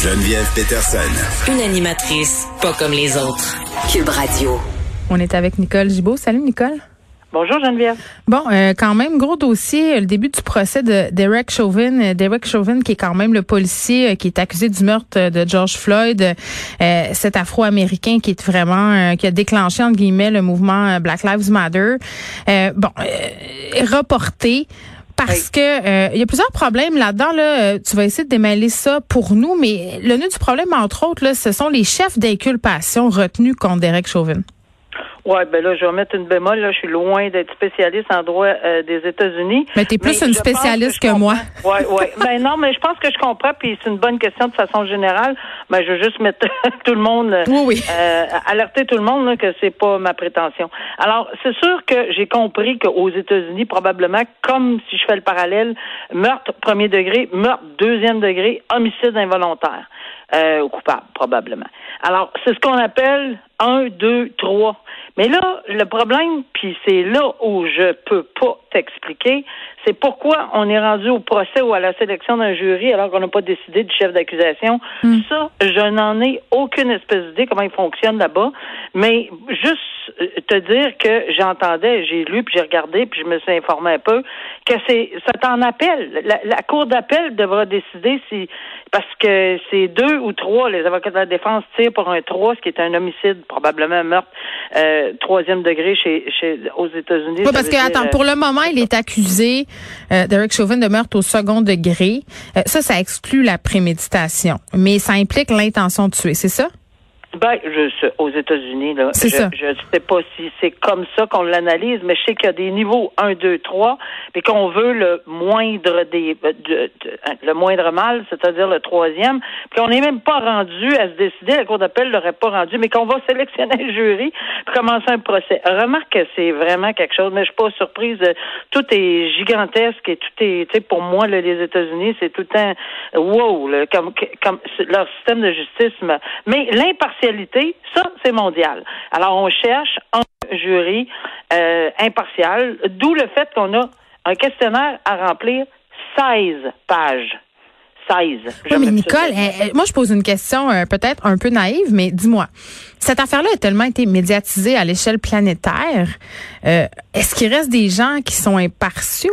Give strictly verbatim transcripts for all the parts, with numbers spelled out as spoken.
Geneviève Peterson. Une animatrice pas comme les autres. Cube Radio. On est avec Nicole Gibault. Salut, Nicole. Bonjour Geneviève. Bon, euh, quand même, gros dossier, le début du procès de Derek Chauvin. Derek Chauvin, qui est quand même le policier euh, qui est accusé du meurtre de George Floyd, euh, cet Afro-Américain qui est vraiment, euh, qui a déclenché, entre guillemets, le mouvement Black Lives Matter. Euh, bon, euh, reporté. Parce oui. que euh, il y a plusieurs problèmes là-dedans. Là, tu vas essayer de démêler ça pour nous, mais le nœud du problème, entre autres, là, ce sont les chefs d'inculpation retenus contre Derek Chauvin. Oui, ben là, je vais mettre une bémol. Là, je suis loin d'être spécialiste en droit euh, des États-Unis. Mais t'es plus mais une spécialiste que, que moi. Oui, oui. Ben non, mais je pense que je comprends, puis c'est une bonne question de façon générale. Ben, je veux juste mettre tout le monde, oui, oui. Euh, alerter tout le monde là, que c'est pas ma prétention. Alors, c'est sûr que j'ai compris qu'aux États-Unis, probablement, comme si je fais le parallèle, meurtre premier degré, meurtre deuxième degré, homicide involontaire. Euh, au coupable, probablement. Alors, c'est ce qu'on appelle un, deux, trois. Mais là, le problème, puis c'est là où je peux pas t'expliquer, c'est pourquoi on est rendu au procès ou à la sélection d'un jury alors qu'on n'a pas décidé du chef d'accusation. Mm. Ça, je n'en ai aucune espèce d'idée comment il fonctionne là-bas. Mais juste te dire que j'entendais, j'ai lu, puis j'ai regardé, puis je me suis informé un peu, que c'est c'est en appel. La, la cour d'appel devra décider si, parce que c'est deux ou trois, les avocats de la défense tirent pour un trois, ce qui est un homicide, probablement un meurtre, euh, troisième degré chez, chez aux États-Unis. Oui, parce que, dire, attends, pour le moment, il est accusé, euh, Derek Chauvin, de meurtre au second degré. Euh, ça, ça exclut la préméditation, mais ça implique l'intention de tuer, c'est ça? Ben, je sais, aux États-Unis, là, c'est je, ça. je sais pas si c'est comme ça qu'on l'analyse, mais je sais qu'il y a des niveaux un, deux, trois, et qu'on veut le moindre des, de, de, le moindre mal, c'est-à-dire le troisième, puis on n'est même pas rendu à se décider, la Cour d'appel l'aurait pas rendu, mais qu'on va sélectionner un jury pour commencer un procès. Remarque que c'est vraiment quelque chose, mais je suis pas surprise, tout est gigantesque et tout est, tu sais, pour moi, là, les États-Unis, c'est tout un, wow, là, comme, comme, leur système de justice, mais l'impartialité, ça, c'est mondial. Alors, on cherche un jury euh, impartial, d'où le fait qu'on a un questionnaire à remplir seize pages. seize. Oui, mais Nicole, euh, moi, je pose une question euh, peut-être un peu naïve, mais dis-moi, cette affaire-là a tellement été médiatisée à l'échelle planétaire. Euh, est-ce qu'il reste des gens qui sont impartiaux?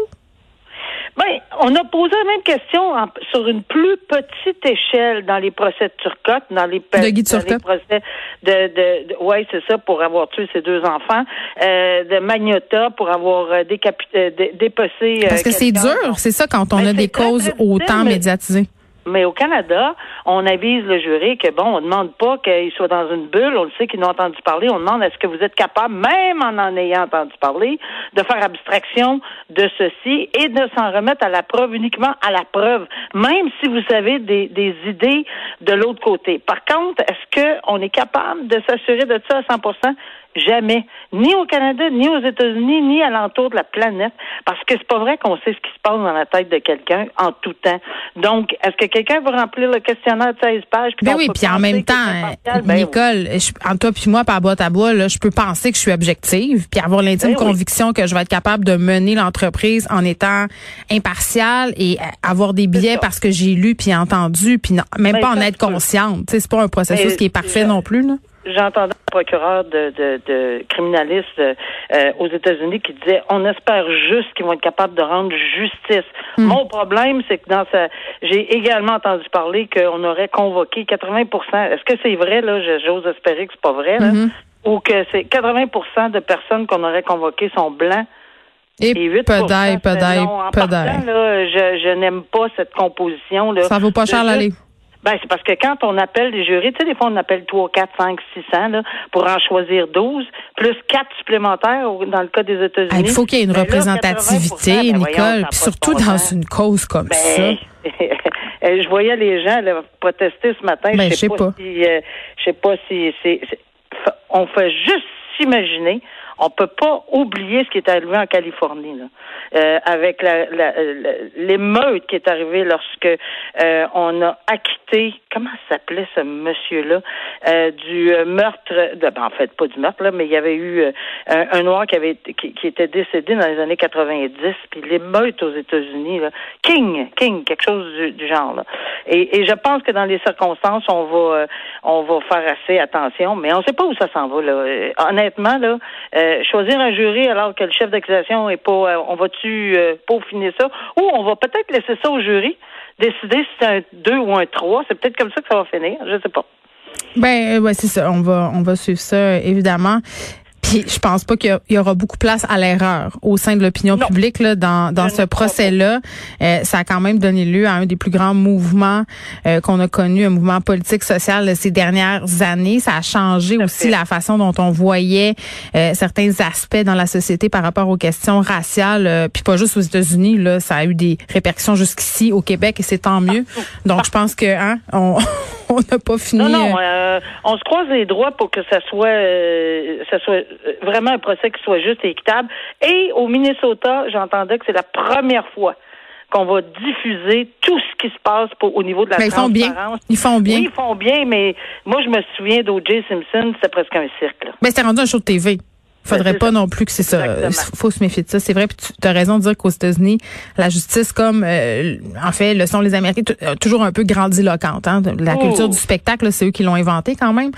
Ben, on a posé la même question en, sur une plus petite échelle dans les procès de Turcotte, dans les, de Guy dans les procès de, de, de ouais, c'est ça, pour avoir tué ses deux enfants, euh, de Magnotta pour avoir euh, décapité, dé, dépecé. Parce euh, que c'est dur, c'est ça quand on ben, a des causes très, très autant mais... médiatisées. Mais au Canada, on avise le jury que, bon, on ne demande pas qu'il soit dans une bulle, on le sait qu'ils n'ont entendu parler, on demande est-ce que vous êtes capable, même en en ayant entendu parler, de faire abstraction de ceci et de s'en remettre à la preuve, uniquement à la preuve, même si vous avez des, des idées de l'autre côté. Par contre, est-ce qu'on est capable de s'assurer de ça à cent pour cent? Jamais. Ni au Canada, ni aux États-Unis, ni alentour de la planète. Parce que c'est pas vrai qu'on sait ce qui se passe dans la tête de quelqu'un en tout temps. Donc, est-ce que quelqu'un veut remplir le questionnaire de seize pages? Ben oui, puis en même temps, ben Nicole, oui. je, entre toi puis moi, par boîte à bois, là, je peux penser que je suis objective, puis avoir l'intime ben conviction oui. que je vais être capable de mener l'entreprise en étant impartiale et avoir des billets parce que j'ai lu puis entendu, puis non, même ben, pas en être consciente. Tu sais, c'est pas un processus ben, qui est parfait je... non plus, là. J'entendais un procureur de, de, de criminaliste euh, aux États-Unis qui disait on espère juste qu'ils vont être capables de rendre justice. Mm. Mon problème, c'est que dans sa j'ai également entendu parler qu'on aurait convoqué quatre-vingts pour cent. Est-ce que c'est vrai, là? J'ose espérer que c'est pas vrai, là. Mm-hmm. Ou que c'est quatre-vingts pour cent de personnes qu'on aurait convoquées sont blancs. Et, et huit pour cent peut-être, peut-être, peut-être. Je, je n'aime pas cette composition, là. Ça vaut pas cher l'aller. Ben, c'est parce que quand on appelle des jurys, tu sais, des fois, on appelle trois, quatre, cinq, six cents, là, pour en choisir douze, plus quatre supplémentaires dans le cas des États-Unis. Il faut qu'il y ait une ben représentativité, là, Nicole, puis surtout dans une cause comme ben, ça. Je voyais les gens là, protester ce matin. Ben, je sais pas, pas si, euh, je sais pas si c'est, c'est, on fait juste s'imaginer. on peut pas oublier ce qui est arrivé en Californie, là. Euh, avec la, la, la, l'émeute qui est arrivée lorsque euh, on a acquitté, comment s'appelait ce monsieur-là, euh, du meurtre, de, ben, en fait pas du meurtre là, mais il y avait eu euh, un, un noir qui avait qui, qui était décédé dans les années quatre-vingt-dix, puis l'émeute aux États-Unis, là, King, King, quelque chose du, du genre là. Et, et je pense que dans les circonstances, on va euh, on va faire assez attention, mais on sait pas où ça s'en va là. Euh, honnêtement là, euh, choisir un jury alors que le chef d'accusation est pas, euh, on va-tu euh, peaufiner ça, ou on va peut-être laisser ça au jury, décider si c'est un deux ou un trois, c'est peut-être comme ça que ça va finir, je sais pas. Ben ouais, c'est ça, on va on va suivre ça évidemment. Puis je pense pas qu'il y aura beaucoup de place à l'erreur au sein de l'opinion non. publique là dans dans ce procès-là. Euh, ça a quand même donné lieu à un des plus grands mouvements euh, qu'on a connu, un mouvement politique social de ces dernières années. Ça a changé Tout aussi fait. la façon dont on voyait euh, certains aspects dans la société par rapport aux questions raciales. Euh, puis pas juste aux États-Unis là, ça a eu des répercussions jusqu'ici au Québec et c'est tant mieux. Donc je pense que hein, on on n'a pas fini. Non non, euh, on se croise les doigts pour que ça soit euh, ça soit vraiment un procès qui soit juste et équitable. Et au Minnesota, j'entendais que c'est la première fois qu'on va diffuser tout ce qui se passe pour, au niveau de la mais transparence. Ils font bien. Ils font bien. Oui, ils font bien, mais moi, je me souviens d'O J Simpson, c'était presque un cirque. Là. Mais c'était rendu un show de T V. Faudrait pas ça. non plus que c'est ça. Il faut se méfier de ça. C'est vrai, puis tu as raison de dire qu'aux États-Unis, la justice, comme euh, en fait le sont les Américains, t- toujours un peu grandiloquente. Hein? La oh. culture du spectacle, là, c'est eux qui l'ont inventé quand même.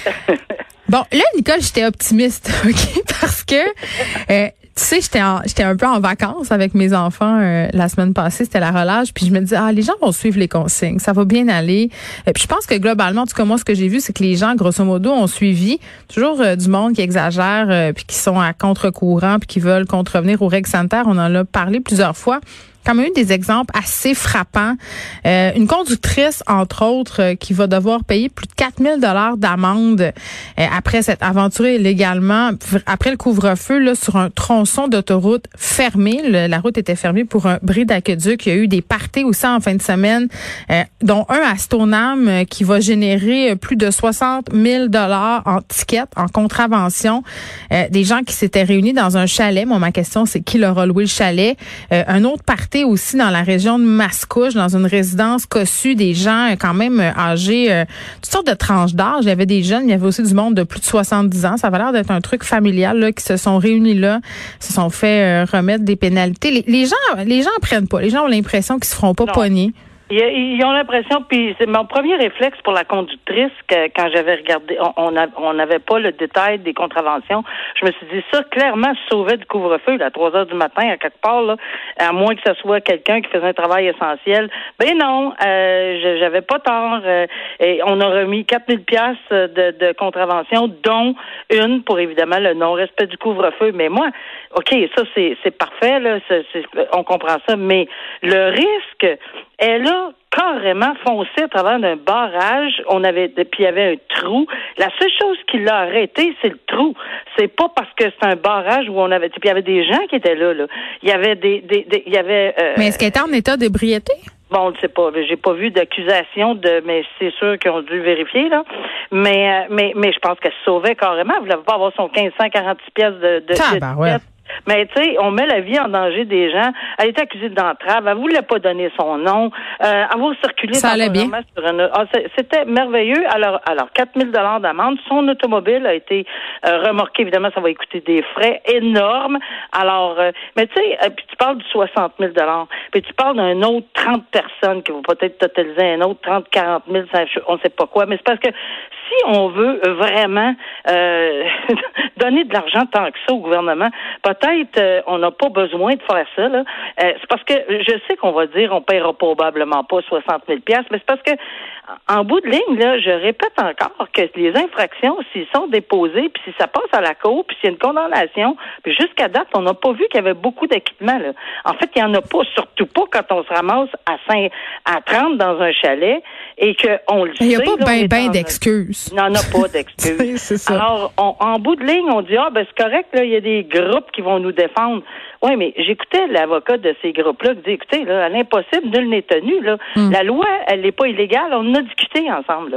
Bon, là, Nicole, j'étais optimiste, ok, parce que euh, tu sais, j'étais en, j'étais un peu en vacances avec mes enfants euh, la semaine passée, c'était la relâche, puis je me disais ah les gens vont suivre les consignes, ça va bien aller. Et puis je pense que globalement, en tout cas moi ce que j'ai vu, c'est que les gens grosso modo ont suivi toujours euh, du monde qui exagère, euh, puis qui sont à contre-courant, puis qui veulent contrevenir aux règles sanitaires. On en a parlé plusieurs fois. Quand même eu des exemples assez frappants. Euh, une conductrice, entre autres, euh, qui va devoir payer plus de quatre mille dollars d'amende euh, après s'être aventurée illégalement, après le couvre-feu, là, sur un tronçon d'autoroute fermé. Le, la route était fermée pour un bris d'aqueduc. Il y a eu des parties aussi en fin de semaine, euh, dont un à Stoneham euh, qui va générer plus de soixante mille dollars en tickets, en contravention. Euh, des gens qui s'étaient réunis dans un chalet. Moi, ma question, c'est qui leur a loué le chalet? Euh, un autre party aussi dans la région de Mascouche, dans une résidence cossue, des gens quand même âgés, euh, toutes sortes de tranches d'âge. Il y avait des jeunes, il y avait aussi du monde de plus de soixante-dix ans. Ça avait l'air d'être un truc familial là, qui se sont réunis là, se sont fait euh, remettre des pénalités. Les, les gens, les gens prennent pas. Les gens ont l'impression qu'ils se feront pas pogner. Ils ont l'impression, puis c'est mon premier réflexe pour la conductrice, que quand j'avais regardé, on on n'avait pas le détail des contraventions. Je me suis dit, ça, clairement, se sauvait du couvre-feu, là, à trois heures du matin, à quelque part, là, à moins que ce soit quelqu'un qui faisait un travail essentiel. Ben non, euh, j'avais pas tort. Euh, et on a remis quatre mille piastres de, de contraventions, dont une pour, évidemment, le non-respect du couvre-feu. Mais moi, OK, ça, c'est, c'est parfait, là, c'est, c'est, on comprend ça, mais le risque, elle a carrément foncé à travers d'un barrage. On avait, puis il y avait un trou. La seule chose qui l'a arrêté, c'est le trou. C'est pas parce que c'est un barrage où on avait, puis il y avait des gens qui étaient là, là. Il y avait des, des, des il y avait. Euh, mais est-ce qu'elle était en état d'ébriété? Bon, on ne sait pas. J'ai pas vu d'accusation de, mais c'est sûr qu'ils ont dû vérifier, là. Mais, mais, mais je pense qu'elle se sauvait carrément. Elle voulait pas avoir son quinze cent quarante-six pièces de, de, ah, ben ouais. Mais tu sais, on met la vie en danger des gens. Elle était accusée d'entrave. Elle voulait pas donner son nom. Euh, avoir circulé ça allait bien. Sur une... ah, c'était merveilleux. Alors, alors quatre mille dollars d'amende. Son automobile a été euh, remorquée. Évidemment, ça va coûter des frais énormes. Alors, euh, mais tu sais, euh, puis tu parles du soixante mille dollars. Puis tu parles d'un autre trente personnes qui vont peut-être totaliser un autre trente, quarante mille, on ne sait pas quoi. Mais c'est parce que si on veut vraiment euh, donner de l'argent tant que ça au gouvernement, peut-être euh, on n'a pas besoin de faire ça. Là. Euh, c'est parce que je sais qu'on va dire on paiera probablement pas soixante mille piastres, mais c'est parce que en bout de ligne, là, je répète encore que les infractions, s'ils sont déposées, puis si ça passe à la cour, puis s'il y a une condamnation, puis jusqu'à date, on n'a pas vu qu'il y avait beaucoup d'équipements. Là. En fait, il n'y en a pas, surtout pas quand on se ramasse à cinq, à trente dans un chalet et qu'on le sait. Il n'y a pas bien ben d'excuses. Il n'y en a pas d'excuses. C'est ça. Alors, on, en bout de ligne, on dit, ah, ben c'est correct, là, il y a des groupes qui vont nous défendre. Oui, mais j'écoutais l'avocat de ces groupes-là qui dit, écoutez, là, à l'impossible, nul n'est tenu. Là. Mm. La loi, elle n'est pas illégale. On en a discuté ensemble. Là.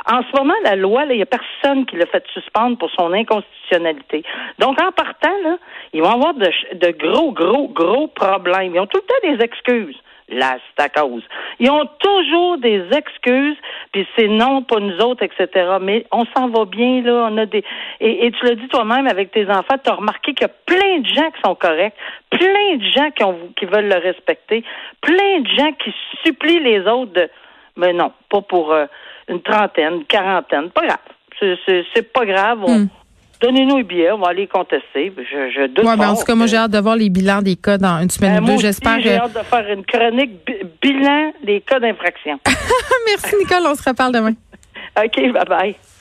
En ce moment, la loi, il n'y a personne qui l'a fait suspendre pour son inconstitutionnalité. Donc, en partant, là, ils vont avoir de, de gros, gros, gros problèmes. Ils ont tout le temps des excuses. Là, c'est à cause. Ils ont toujours des excuses, puis c'est non, pas nous autres, et cetera. Mais on s'en va bien, là. On a des et, et tu l'as dit toi-même avec tes enfants, tu as remarqué qu'il y a plein de gens qui sont corrects, plein de gens qui ont qui veulent le respecter, plein de gens qui supplient les autres de mais non, pas pour euh, une trentaine, une quarantaine, pas grave. C'est, c'est, c'est pas grave. On, mm. Donnez-nous les billets, on va aller contester. Je, je doute ouais, ben, pas. en tout cas, moi, j'ai hâte de voir les bilans des cas dans une semaine euh, ou deux, moi aussi, j'espère. J'ai que... hâte de faire une chronique bi- bilan des cas d'infraction. Merci, Nicole. On se reparle demain. OK, bye-bye.